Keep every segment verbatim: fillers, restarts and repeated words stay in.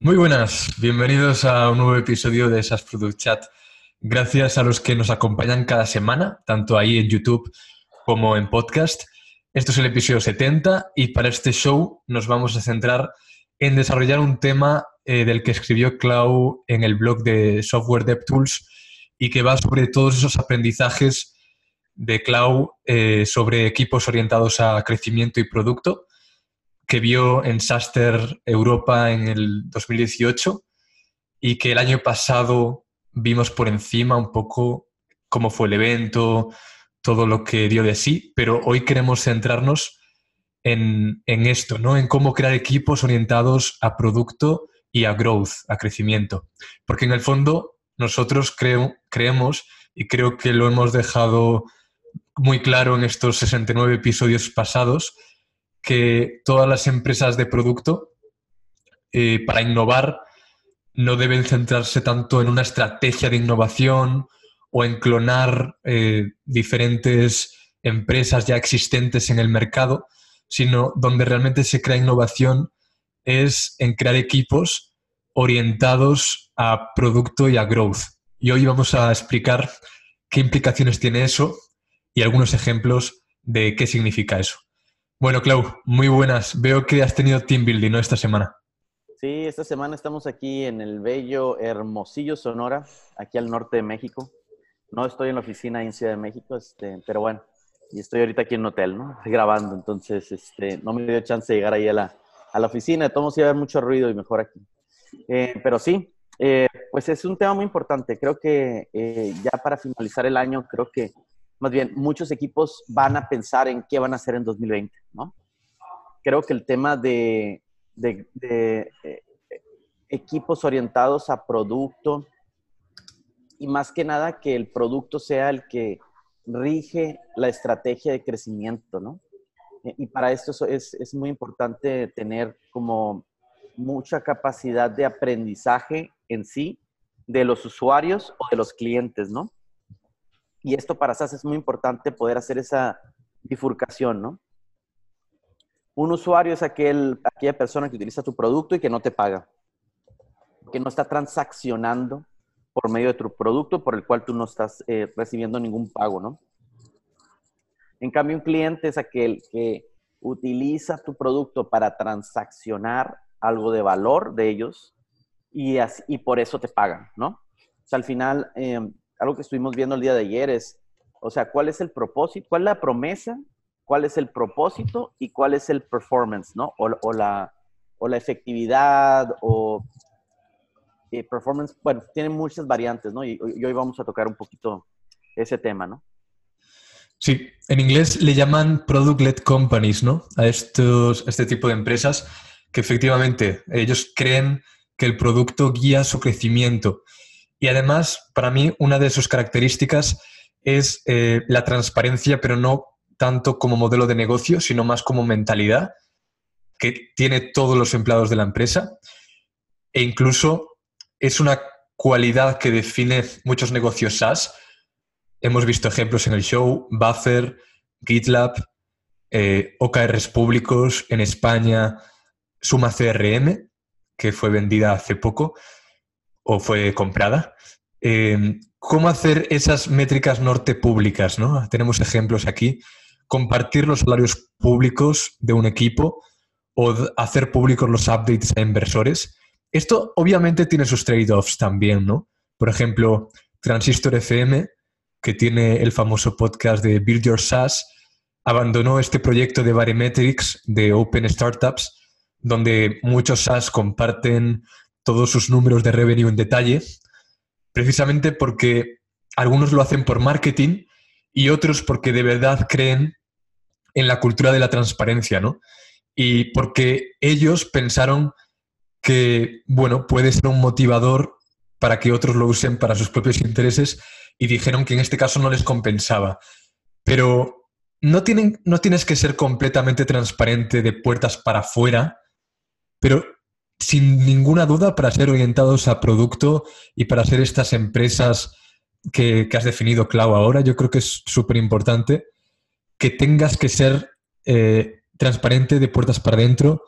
Muy buenas, bienvenidos a un nuevo episodio de SaaS Product Chat. Gracias a los que nos acompañan cada semana, tanto ahí en YouTube como en podcast. Esto es el episodio setenta y para este show nos vamos a centrar en desarrollar un tema eh, del que escribió Clau en el blog de Software DevTools y que va sobre todos esos aprendizajes de Clau eh, sobre equipos orientados a crecimiento y producto, que vio en SaaStr Europa en el dos mil dieciocho y que el año pasado vimos por encima un poco cómo fue el evento, todo lo que dio de sí, pero hoy queremos centrarnos en, en esto, ¿no? En cómo crear equipos orientados a producto y a growth, a crecimiento. Porque en el fondo nosotros creo, creemos, y creo que lo hemos dejado muy claro en estos sesenta y nueve episodios pasados, que todas las empresas de producto, eh, para innovar, no deben centrarse tanto en una estrategia de innovación o en clonar eh, diferentes empresas ya existentes en el mercado, sino donde realmente se crea innovación es en crear equipos orientados a producto y a growth. Y hoy vamos a explicar qué implicaciones tiene eso y algunos ejemplos de qué significa eso. Bueno, Clau, muy buenas. Veo que has tenido team building, ¿no?, esta semana. Sí, esta semana estamos aquí en el bello Hermosillo, Sonora, aquí al norte de México. No estoy en la oficina en Ciudad de México, este, pero bueno, y estoy ahorita aquí en un hotel, ¿no? Estoy grabando, entonces este, no me dio chance de llegar ahí a la, a la oficina. De todos modos iba a haber mucho ruido y mejor aquí. Eh, pero sí, eh, pues es un tema muy importante. Creo que eh, ya para finalizar el año, creo que más bien muchos equipos van a pensar en qué van a hacer en dos mil veinte, ¿no? Creo que el tema de, de, de eh, equipos orientados a producto y más que nada que el producto sea el que rige la estrategia de crecimiento, ¿no? Y para esto es, es muy importante tener como mucha capacidad de aprendizaje en sí de los usuarios o de los clientes, ¿no? Y esto para SaaS es muy importante poder hacer esa bifurcación, ¿no? Un usuario es aquel, aquella persona que utiliza tu producto y que no te paga, que no está transaccionando por medio de tu producto por el cual tú no estás eh, recibiendo ningún pago, ¿no? En cambio, un cliente es aquel que utiliza tu producto para transaccionar algo de valor de ellos y, así, y por eso te pagan, ¿no? O sea, al final, eh, algo que estuvimos viendo el día de ayer es, o sea, ¿cuál es el propósito? ¿Cuál es la promesa? ¿Cuál es el propósito? ¿Y cuál es el performance, ¿no? O, o, la, o la efectividad o eh, performance. Bueno, tiene muchas variantes, ¿no? Y, y hoy vamos a tocar un poquito ese tema, ¿no? Sí, en inglés le llaman product-led companies, ¿no? A estos, este tipo de empresas que efectivamente ellos creen que el producto guía su crecimiento. Y además, para mí, una de sus características es eh, la transparencia, pero no tanto como modelo de negocio, sino más como mentalidad que tiene todos los empleados de la empresa. E incluso es una cualidad que define muchos negocios SaaS. Hemos visto ejemplos en el show, Buffer, GitLab, eh, O K Rs públicos en España, Suma C R M, que fue vendida hace poco o fue comprada. Eh, ¿Cómo hacer esas métricas norte públicas, ¿no? Tenemos ejemplos aquí. Compartir los salarios públicos de un equipo o hacer públicos los updates a inversores. Esto obviamente tiene sus trade-offs también, ¿no? Por ejemplo, Transistor F M, que tiene el famoso podcast de Build Your SaaS, abandonó este proyecto de Baremetrics de Open Startups, donde muchos SaaS comparten todos sus números de revenue en detalle, precisamente porque algunos lo hacen por marketing y otros porque de verdad creen en la cultura de la transparencia, ¿no? Y porque ellos pensaron que, bueno, puede ser un motivador para que otros lo usen para sus propios intereses y dijeron que en este caso no les compensaba. Pero no, tienen, no tienes que ser completamente transparente de puertas para afuera, pero sin ninguna duda para ser orientados a producto y para ser estas empresas que, que has definido, Clau, ahora, yo creo que es súper importante que tengas que ser eh, transparente de puertas para adentro,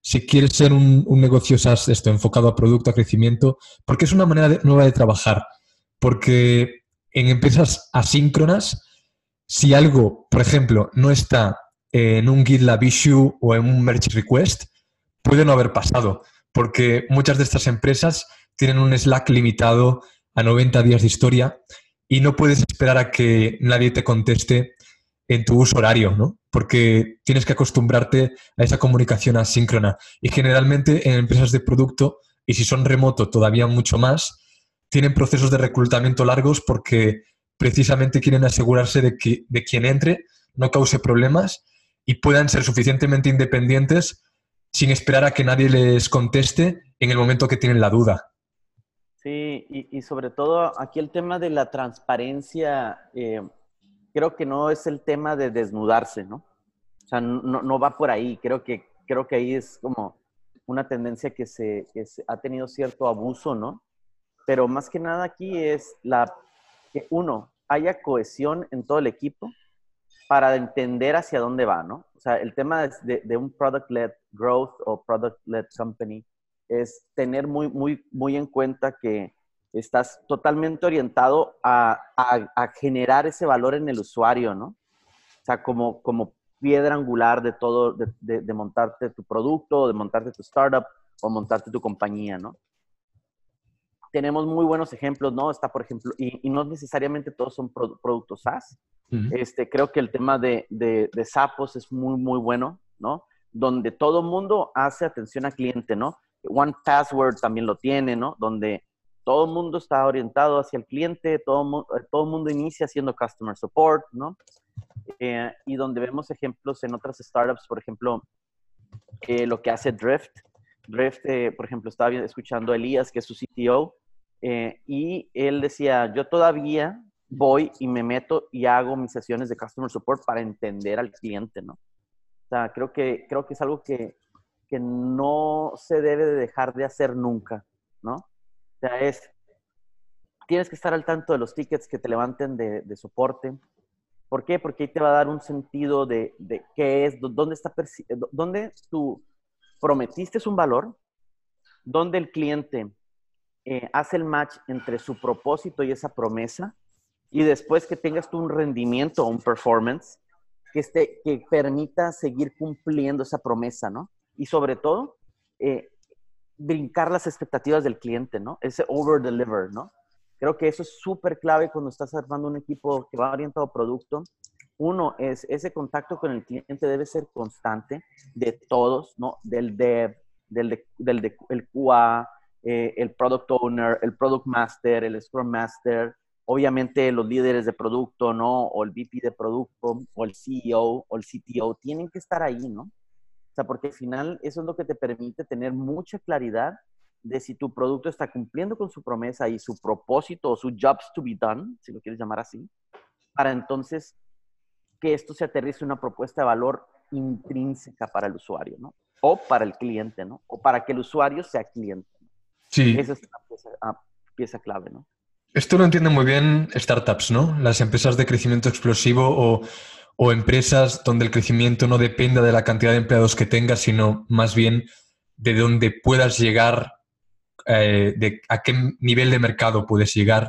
si quieres ser un, un negocio SaaS esto, enfocado a producto, a crecimiento, porque es una manera de- nueva de trabajar. Porque en empresas asíncronas, si algo, por ejemplo, no está en un GitLab issue o en un merge request, puede no haber pasado, porque muchas de estas empresas tienen un Slack limitado a noventa días de historia y no puedes esperar a que nadie te conteste en tu uso horario, ¿no? Porque tienes que acostumbrarte a esa comunicación asíncrona. Y generalmente en empresas de producto, y si son remoto todavía mucho más, tienen procesos de reclutamiento largos porque precisamente quieren asegurarse de que de quien entre no cause problemas y puedan ser suficientemente independientes sin esperar a que nadie les conteste en el momento que tienen la duda. Sí, y, y sobre todo aquí el tema de la transparencia, eh, creo que no es el tema de desnudarse, ¿no? O sea, no, no va por ahí. Creo que, creo que ahí es como una tendencia que se, que se ha tenido cierto abuso, ¿no? Pero más que nada aquí es la que uno haya cohesión en todo el equipo para entender hacia dónde va, ¿no? O sea, el tema de, de un product-led growth o product-led company es tener muy, muy, muy en cuenta que estás totalmente orientado a, a, a generar ese valor en el usuario, ¿no? O sea, como, como piedra angular de todo, de, de, de montarte tu producto, de montarte tu startup o montarte tu compañía, ¿no? Tenemos muy buenos ejemplos, ¿no? Está, por ejemplo, y, y no necesariamente todos son pro, productos SaaS. Uh-huh. Este, creo que el tema de, de, de Zappos es muy, muy bueno, ¿no? Donde todo mundo hace atención al cliente, ¿no? One Password también lo tiene, ¿no? Donde todo el mundo está orientado hacia el cliente, todo el todo mundo inicia haciendo customer support, ¿no? Eh, y donde vemos ejemplos en otras startups, por ejemplo, eh, lo que hace Drift. Drift, eh, por ejemplo, estaba escuchando a Elías, que es su C T O, eh, y él decía, yo todavía voy y me meto y hago mis sesiones de customer support para entender al cliente, ¿no? O sea, creo que, creo que es algo que, que no se debe de dejar de hacer nunca, ¿no? O sea, es, tienes que estar al tanto de los tickets que te levanten de, de soporte. ¿Por qué? Porque ahí te va a dar un sentido de, de qué es, dónde está, dónde tú prometiste un valor, dónde el cliente eh, hace el match entre su propósito y esa promesa, y después que tengas tú un rendimiento o un performance que, esté, que permita seguir cumpliendo esa promesa, ¿no? Y sobre todo, eh, brincar las expectativas del cliente, ¿no? Ese over-deliver, ¿no? Creo que eso es súper clave cuando estás armando un equipo que va orientado a producto. Uno es, ese contacto con el cliente debe ser constante de todos, ¿no? Del dev, del, de, del de, el Q A, eh, el product owner, el product master, el scrum master, obviamente los líderes de producto, ¿no? O el V P de producto, o el C E O, o el C T O, tienen que estar ahí, ¿no? O sea, porque al final eso es lo que te permite tener mucha claridad de si tu producto está cumpliendo con su promesa y su propósito o su jobs to be done, si lo quieres llamar así, para entonces que esto se aterrice en una propuesta de valor intrínseca para el usuario, ¿no? O para el cliente, ¿no? O para que el usuario sea cliente. Sí. Esa es una pieza, una pieza clave, ¿no? Esto lo entienden muy bien startups, ¿no? Las empresas de crecimiento explosivo o, o empresas donde el crecimiento no dependa de la cantidad de empleados que tengas, sino más bien de dónde puedas llegar, eh, de a qué nivel de mercado puedes llegar.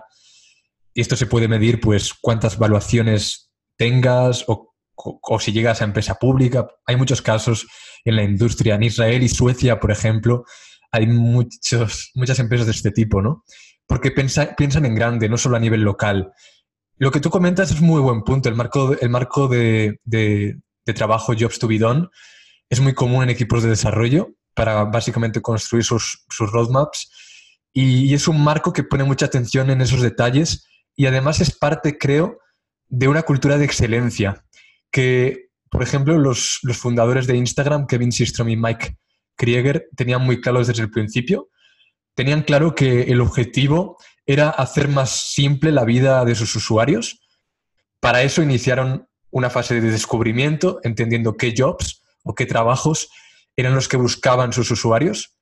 Y esto se puede medir, pues, cuántas valuaciones tengas o, o, o si llegas a empresa pública. Hay muchos casos en la industria. En Israel y Suecia, por ejemplo, hay muchos, muchas empresas de este tipo, ¿no? Porque piensa, piensan en grande, no solo a nivel local. Lo que tú comentas es muy buen punto. El marco, el marco de, de, de trabajo Jobs to be Done es muy común en equipos de desarrollo para básicamente construir sus, sus roadmaps y, y es un marco que pone mucha atención en esos detalles y además es parte, creo, de una cultura de excelencia que, por ejemplo, los, los fundadores de Instagram, Kevin Systrom y Mike Krieger, tenían muy claros desde el principio. Tenían claro que el objetivo era hacer más simple la vida de sus usuarios. Para eso iniciaron una fase de descubrimiento, entendiendo qué jobs o qué trabajos eran los que buscaban sus usuarios.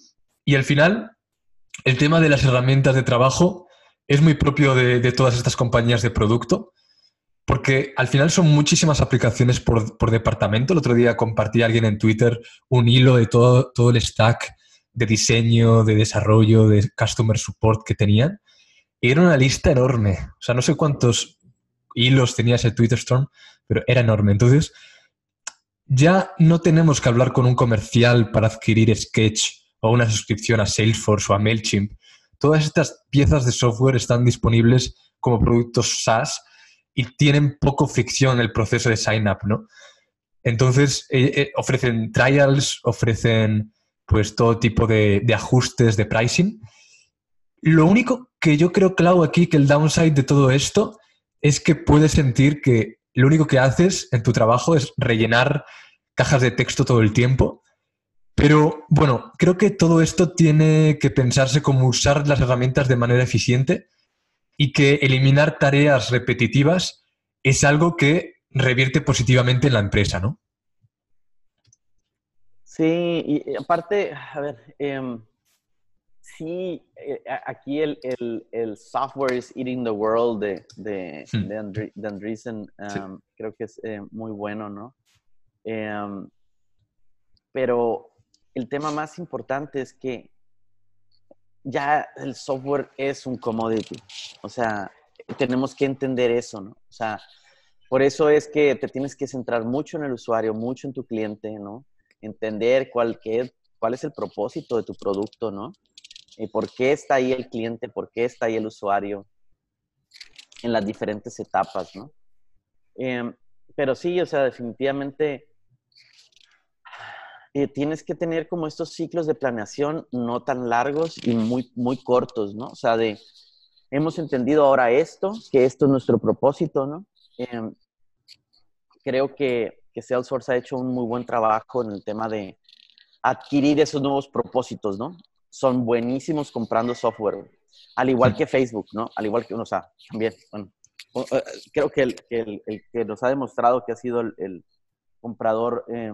Y al final, el tema de las herramientas de trabajo es muy propio de, de todas estas compañías de producto, porque al final son muchísimas aplicaciones por, por departamento. El otro día compartí a alguien en Twitter un hilo de todo, todo el stack de diseño, de desarrollo, de customer support que tenían. Y era una lista enorme. O sea, no sé cuántos hilos tenía ese Twitter Storm, pero era enorme. Entonces, ya no tenemos que hablar con un comercial para adquirir Sketch o una suscripción a Salesforce o a MailChimp. Todas estas piezas de software están disponibles como productos SaaS y tienen poco fricción en el proceso de sign-up, ¿no? Entonces, eh, eh, ofrecen trials, ofrecen pues todo tipo de, de ajustes de pricing. Lo único que yo creo, Clau, aquí, que el downside de todo esto es que puedes sentir que lo único que haces en tu trabajo es rellenar cajas de texto todo el tiempo. Pero, bueno, creo que todo esto tiene que pensarse como usar las herramientas de manera eficiente y que eliminar tareas repetitivas es algo que revierte positivamente en la empresa, ¿no? Sí, y aparte, a ver, eh, sí, eh, aquí el, el, el software is eating the world de, de, hmm. de, Andri, de Andreessen, um, sí. Creo que es eh, muy bueno, ¿no? Eh, pero el tema más importante es que ya el software es un commodity. O sea, tenemos que entender eso, ¿no? O sea, por eso es que te tienes que centrar mucho en el usuario, mucho en tu cliente, ¿no? Entender cuál, qué, cuál es el propósito de tu producto, ¿no? Y por qué está ahí el cliente, por qué está ahí el usuario en las diferentes etapas, ¿no? Eh, pero sí, o sea, definitivamente eh, tienes que tener como estos ciclos de planeación no tan largos y muy, muy cortos, ¿no? O sea, de, hemos entendido ahora esto, que esto es nuestro propósito, ¿no? Eh, creo que, que Salesforce ha hecho un muy buen trabajo en el tema de adquirir esos nuevos propósitos, ¿no? Son buenísimos comprando software, al igual que Facebook, ¿no? Al igual que, o sea, también, bueno, creo que el, el, el que nos ha demostrado que ha sido el, el comprador eh,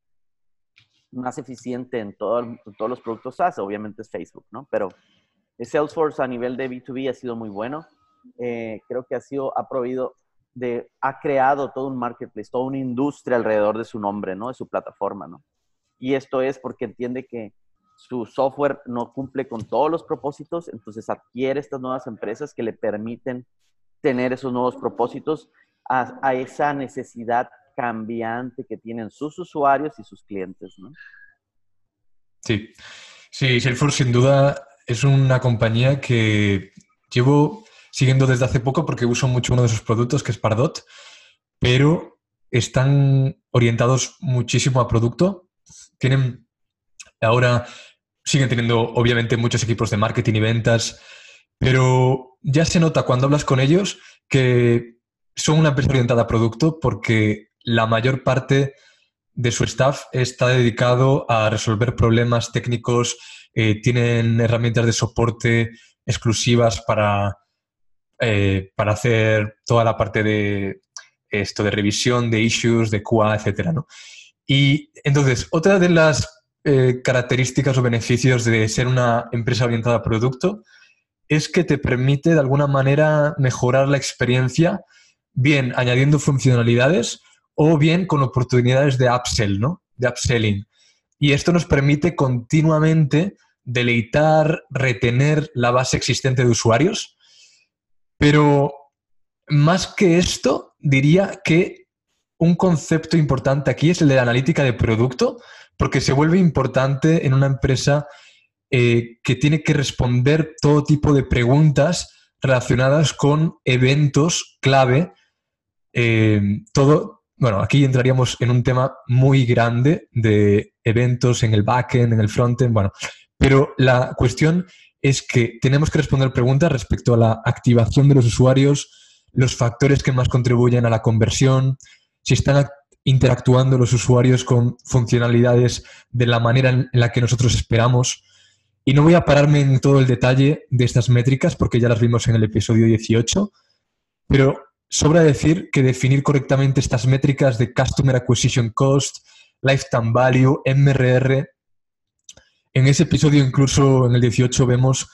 más eficiente en, todo, en todos los productos SaaS, obviamente es Facebook, ¿no? Pero Salesforce a nivel de B dos B ha sido muy bueno. Eh, creo que ha sido, ha proveído de, ha creado todo un marketplace, toda una industria alrededor de su nombre, ¿no? De su plataforma, ¿no? Y esto es porque entiende que su software no cumple con todos los propósitos, entonces adquiere estas nuevas empresas que le permiten tener esos nuevos propósitos a, a esa necesidad cambiante que tienen sus usuarios y sus clientes, ¿no? Sí, sí, Salesforce sin duda es una compañía que llevo siguiendo desde hace poco porque uso mucho uno de sus productos, que es Pardot, pero están orientados muchísimo a producto. Tienen ahora, siguen teniendo obviamente muchos equipos de marketing y ventas, pero ya se nota cuando hablas con ellos que son una empresa orientada a producto porque la mayor parte de su staff está dedicado a resolver problemas técnicos, eh, tienen herramientas de soporte exclusivas para, eh, para hacer toda la parte de esto de revisión de issues, de Q A, etcétera, ¿no? Y entonces, otra de las eh, características o beneficios de ser una empresa orientada a producto es que te permite de alguna manera mejorar la experiencia, bien añadiendo funcionalidades o bien con oportunidades de upsell, ¿no? De upselling. Y esto nos permite continuamente deleitar, retener la base existente de usuarios. Pero más que esto, diría que un concepto importante aquí es el de la analítica de producto, porque se vuelve importante en una empresa eh, que tiene que responder todo tipo de preguntas relacionadas con eventos clave. Eh, todo, bueno, aquí entraríamos en un tema muy grande de eventos en el backend, en el frontend, bueno, pero la cuestión es que tenemos que responder preguntas respecto a la activación de los usuarios, los factores que más contribuyen a la conversión, si están interactuando los usuarios con funcionalidades de la manera en la que nosotros esperamos. Y no voy a pararme en todo el detalle de estas métricas porque ya las vimos en el episodio dieciocho, pero sobra decir que definir correctamente estas métricas de Customer Acquisition Cost, Lifetime Value, M R R, en ese episodio incluso en el dieciocho vemos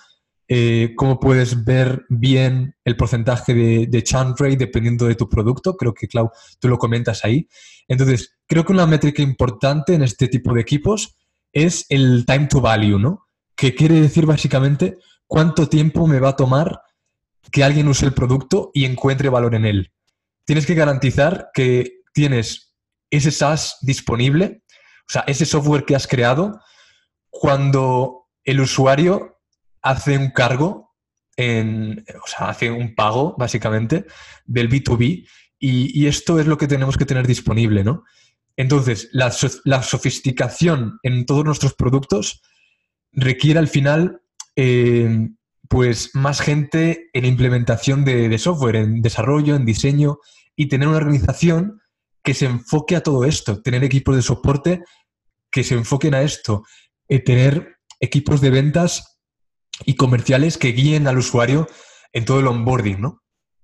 eh, cómo puedes ver bien el porcentaje de, de churn rate dependiendo de tu producto. Creo que, Clau, tú lo comentas ahí. Entonces, creo que una métrica importante en este tipo de equipos es el time to value, ¿no? Que quiere decir básicamente cuánto tiempo me va a tomar que alguien use el producto y encuentre valor en él. Tienes que garantizar que tienes ese SaaS disponible, o sea, ese software que has creado, cuando el usuario hace un cargo, en, o sea, hace un pago, básicamente, del B dos B, y, y esto es lo que tenemos que tener disponible, ¿no? Entonces, la, la sofisticación en todos nuestros productos requiere al final eh, pues más gente en implementación de, de software, en desarrollo, en diseño, y tener una organización que se enfoque a todo esto, tener equipos de soporte que se enfoquen a esto, eh, tener equipos de ventas y comerciales que guíen al usuario en todo el onboarding, ¿no?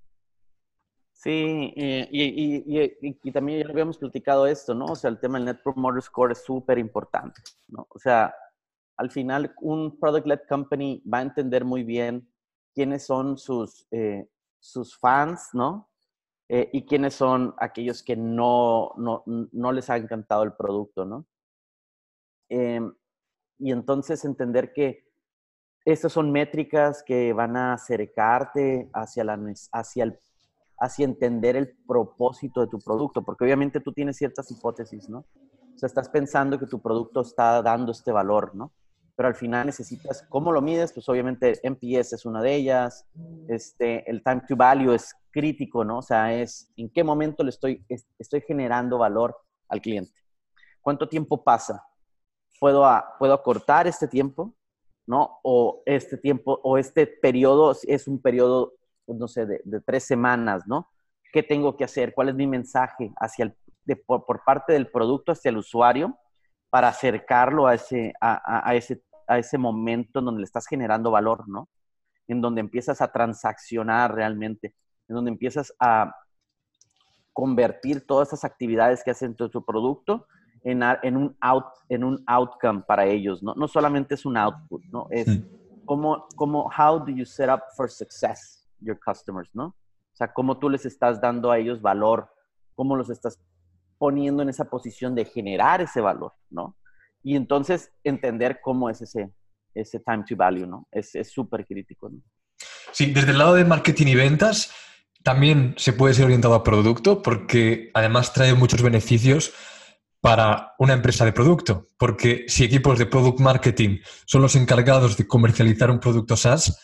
Sí, eh, y, y, y, y, y también ya habíamos platicado esto, ¿no? O sea, el tema del Net Promoter Score es súper importante, ¿no? O sea, al final un Product-Led Company va a entender muy bien quiénes son sus, eh, sus fans, ¿no? Eh, y quiénes son aquellos que no, no, no les ha encantado el producto, ¿no? Eh, y entonces entender que estas son métricas que van a acercarte hacia, la, hacia, el, hacia entender el propósito de tu producto, porque obviamente tú tienes ciertas hipótesis, ¿no? O sea, estás pensando que tu producto está dando este valor, ¿no? Pero al final necesitas, ¿cómo lo mides? Pues obviamente N P S es una de ellas, este, el time to value es crítico, ¿no? O sea, es en qué momento le estoy, estoy generando valor al cliente. ¿Cuánto tiempo pasa? ¿Puedo, a, ¿Puedo acortar este tiempo? ¿No? O este tiempo, o este periodo es un periodo, no sé, de, de tres semanas, ¿no? ¿Qué tengo que hacer? ¿Cuál es mi mensaje hacia el, de, por, por parte del producto hacia el usuario para acercarlo a ese, a, a, a, ese, a ese momento en donde le estás generando valor, ¿no? En donde empiezas a transaccionar realmente, en donde empiezas a convertir todas esas actividades que hacen tu, tu producto en, en, un out, en un outcome para ellos, ¿no? No solamente es un output, ¿no? Es Mm. como, como, how do you set up for success your customers, ¿no? O sea, cómo tú les estás dando a ellos valor, cómo los estás poniendo en esa posición de generar ese valor, ¿no? Y entonces entender cómo es ese, ese time to value, ¿no? Es súper crítico, ¿no? Sí, desde el lado de marketing y ventas también se puede ser orientado a producto porque además trae muchos beneficios para una empresa de producto. Porque si equipos de product marketing son los encargados de comercializar un producto SaaS,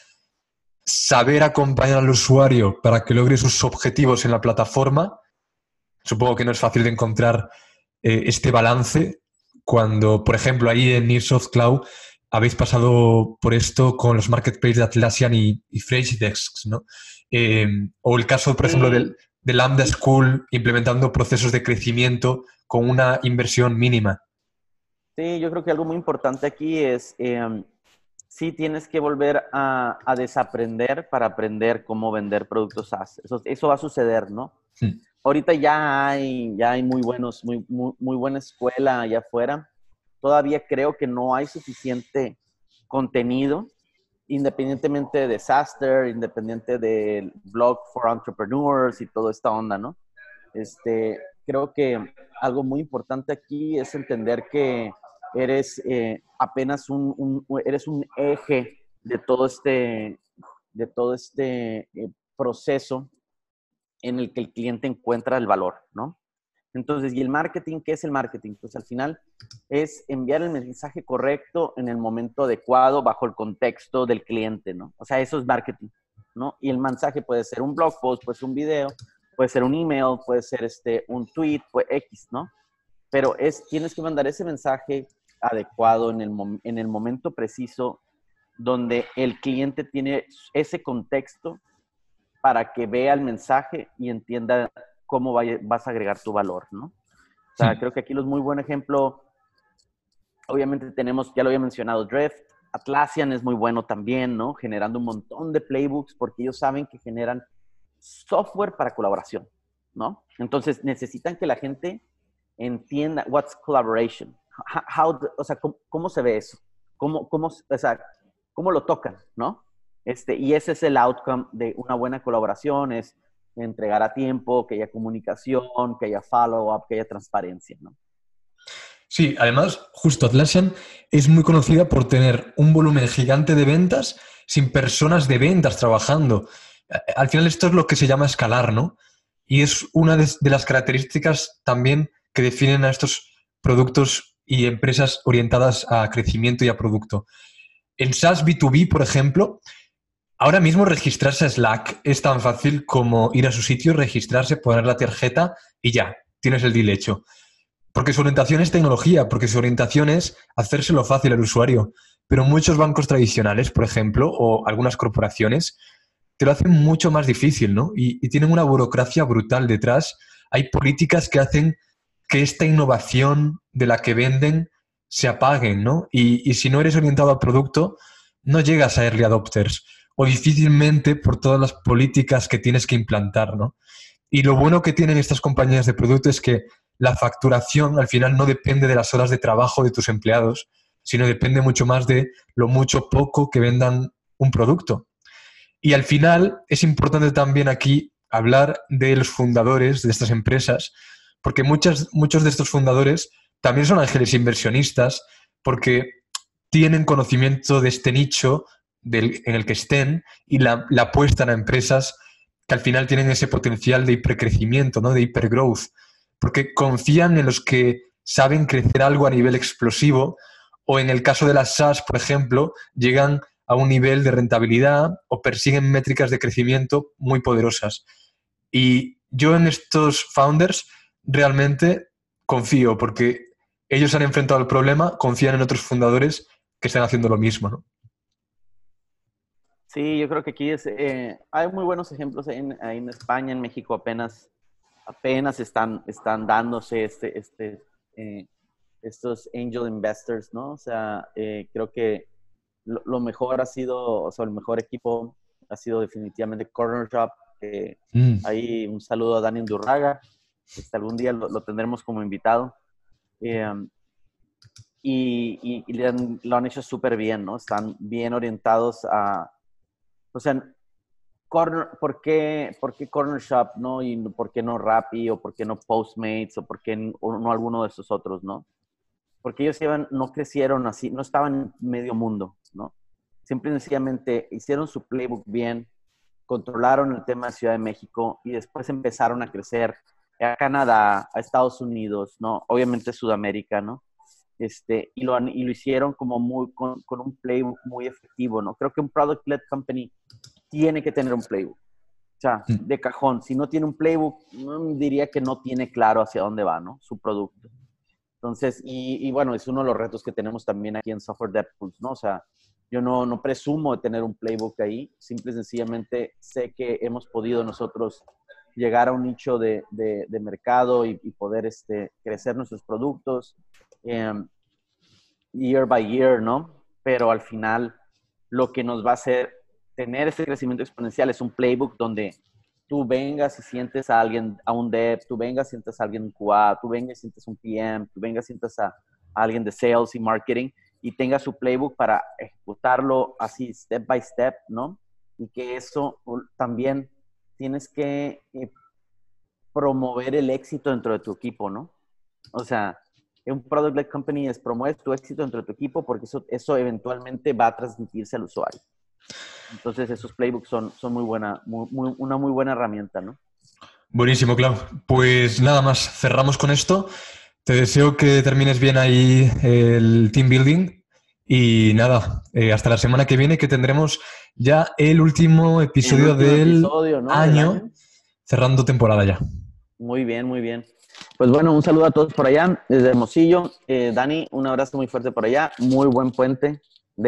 saber acompañar al usuario para que logre sus objetivos en la plataforma, supongo que no es fácil de encontrar eh, este balance cuando, por ejemplo, ahí en Nearsoft Cloud habéis pasado por esto con los marketplaces de Atlassian y, y Freshdesk, ¿no? Eh, o el caso, por ejemplo, del, de Lambda School implementando procesos de crecimiento con una inversión mínima. Sí, yo creo que algo muy importante aquí es, eh, sí tienes que volver a, a, desaprender para aprender cómo vender productos SaaS. Eso, eso va a suceder, ¿no? Sí. Ahorita ya hay, ya hay muy, buenos, muy, muy, muy buena escuela allá afuera. Todavía creo que no hay suficiente contenido, independientemente de Disaster, independiente del blog for entrepreneurs y toda esta onda, ¿no? Este, creo que algo muy importante aquí es entender que eres eh, apenas un, un, eres un eje de todo este, de todo este eh, proceso en el que el cliente encuentra el valor, ¿no? Entonces, ¿y el marketing? ¿Qué es el marketing? Pues al final es enviar el mensaje correcto en el momento adecuado bajo el contexto del cliente, ¿no? O sea, eso es marketing, ¿no? Y el mensaje puede ser un blog post, puede ser un video, puede ser un email, puede ser este, un tweet, pues X, ¿no? Pero es, tienes que mandar ese mensaje adecuado en el, en el momento preciso donde el cliente tiene ese contexto para que vea el mensaje y entienda cómo vaya, vas a agregar tu valor, ¿no? O sea, Sí. creo que aquí es muy buen ejemplo. Obviamente tenemos, ya lo había mencionado, Drift. Atlassian es muy bueno también, ¿no? Generando un montón de playbooks porque ellos saben que generan software para colaboración, ¿no? Entonces necesitan que la gente entienda what's collaboration. How, o sea, ¿cómo, cómo se ve eso? ¿Cómo, cómo, o sea, ¿cómo lo tocan, no? Este, y ese es el outcome de una buena colaboración, es entregar a tiempo, que haya comunicación, que haya follow-up, que haya transparencia, ¿no? Sí, además, justo Atlassian es muy conocida por tener un volumen gigante de ventas sin personas de ventas trabajando. Al final esto es lo que se llama escalar, ¿no? Y es una de, de las características también que definen a estos productos y empresas orientadas a crecimiento y a producto. En SaaS B dos B, por ejemplo, ahora mismo registrarse a Slack es tan fácil como ir a su sitio, registrarse, poner la tarjeta y ya, tienes el deal hecho. Porque su orientación es tecnología, porque su orientación es hacérselo fácil al usuario. Pero muchos bancos tradicionales, por ejemplo, o algunas corporaciones, te lo hacen mucho más difícil, ¿no? Y, y tienen una burocracia brutal detrás. Hay políticas que hacen que esta innovación de la que venden se apaguen, ¿no? Y, y si no eres orientado al producto, no llegas a early adopters o difícilmente por todas las políticas que tienes que implantar, ¿no? Y lo bueno que tienen estas compañías de producto es que la facturación al final no depende de las horas de trabajo de tus empleados, sino depende mucho más de lo mucho poco que vendan un producto. Y al final es importante también aquí hablar de los fundadores de estas empresas, porque muchas, muchos de estos fundadores también son ángeles inversionistas, porque tienen conocimiento de este nicho del, en el que estén y la, la apuestan a empresas que al final tienen ese potencial de hipercrecimiento, ¿no? De hipergrowth, porque confían en los que saben crecer algo a nivel explosivo o en el caso de las SaaS, por ejemplo, llegan a un nivel de rentabilidad o persiguen métricas de crecimiento muy poderosas. Y yo en estos founders realmente confío porque ellos han enfrentado el problema, confían en otros fundadores que están haciendo lo mismo, ¿no? Sí, yo creo que aquí es, eh, hay muy buenos ejemplos en, en España, en México apenas, apenas están, están dándose este, este, eh, estos angel investors, ¿no? O sea, eh, creo que lo, lo mejor ha sido, o sea, el mejor equipo ha sido definitivamente Corner Shop. Eh, Mm. ahí un saludo a Dani Undurraga. Este, algún día lo, lo tendremos como invitado. Eh, y, y, y han, lo han hecho súper bien, ¿no? Están bien orientados a, o sea, corner, ¿por qué, ¿por qué Corner Shop, no? Y ¿por qué no Rappi? ¿O por qué no Postmates? ¿O por qué o no alguno de esos otros, no? Porque ellos iban, no crecieron así, no estaban en medio mundo, ¿no? Simple y sencillamente hicieron su playbook bien, controlaron el tema de Ciudad de México y después empezaron a crecer a Canadá, a Estados Unidos, ¿no? Obviamente Sudamérica, ¿no? Este, y, lo, y lo hicieron como muy, con, con un playbook muy efectivo, ¿no? Creo que un product-led company tiene que tener un playbook. O sea, de cajón. Si no tiene un playbook, diría que no tiene claro hacia dónde va, ¿no? Su producto. Entonces, y, y bueno, es uno de los retos que tenemos también aquí en Software DevTools, ¿no? O sea, yo no, no presumo de tener un playbook ahí. Simple y sencillamente sé que hemos podido nosotros llegar a un nicho de, de, de mercado y, y poder este, crecer nuestros productos um, year by year, ¿no? Pero al final, lo que nos va a hacer tener ese crecimiento exponencial es un playbook donde tú vengas y sientes a alguien, a un dev, tú vengas y sientes a alguien en Q A, tú vengas y sientes un P M, tú vengas y sientes a, a alguien de sales y marketing y tenga su playbook para ejecutarlo así step by step, ¿no? Y que eso también tienes que eh, promover el éxito dentro de tu equipo, ¿no? O sea, un product-led company es promover tu éxito dentro de tu equipo porque eso, eso eventualmente va a transmitirse al usuario. Entonces, esos playbooks son, son muy buena, muy, muy, una muy buena herramienta, ¿no? Buenísimo, Clau. Pues nada más, cerramos con esto. Te deseo que termines bien ahí el team building y nada, eh, hasta la semana que viene que tendremos ya el último episodio, el último del, episodio, ¿no? año, del año, cerrando temporada ya. Muy bien, muy bien. Pues bueno, un saludo a todos por allá, desde Hermosillo. Eh, Dani, un abrazo muy fuerte por allá. Muy buen puente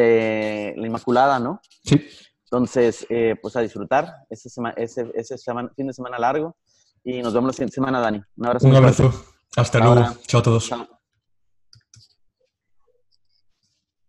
de la Inmaculada, ¿no? Sí. Entonces, eh, pues a disfrutar ese, sema, ese, ese semana, fin de semana largo y nos vemos la siguiente semana, Dani. Un abrazo. Un muy abrazo. fuerte. Hasta Hasta luego. ahora. Chao a todos. Chao.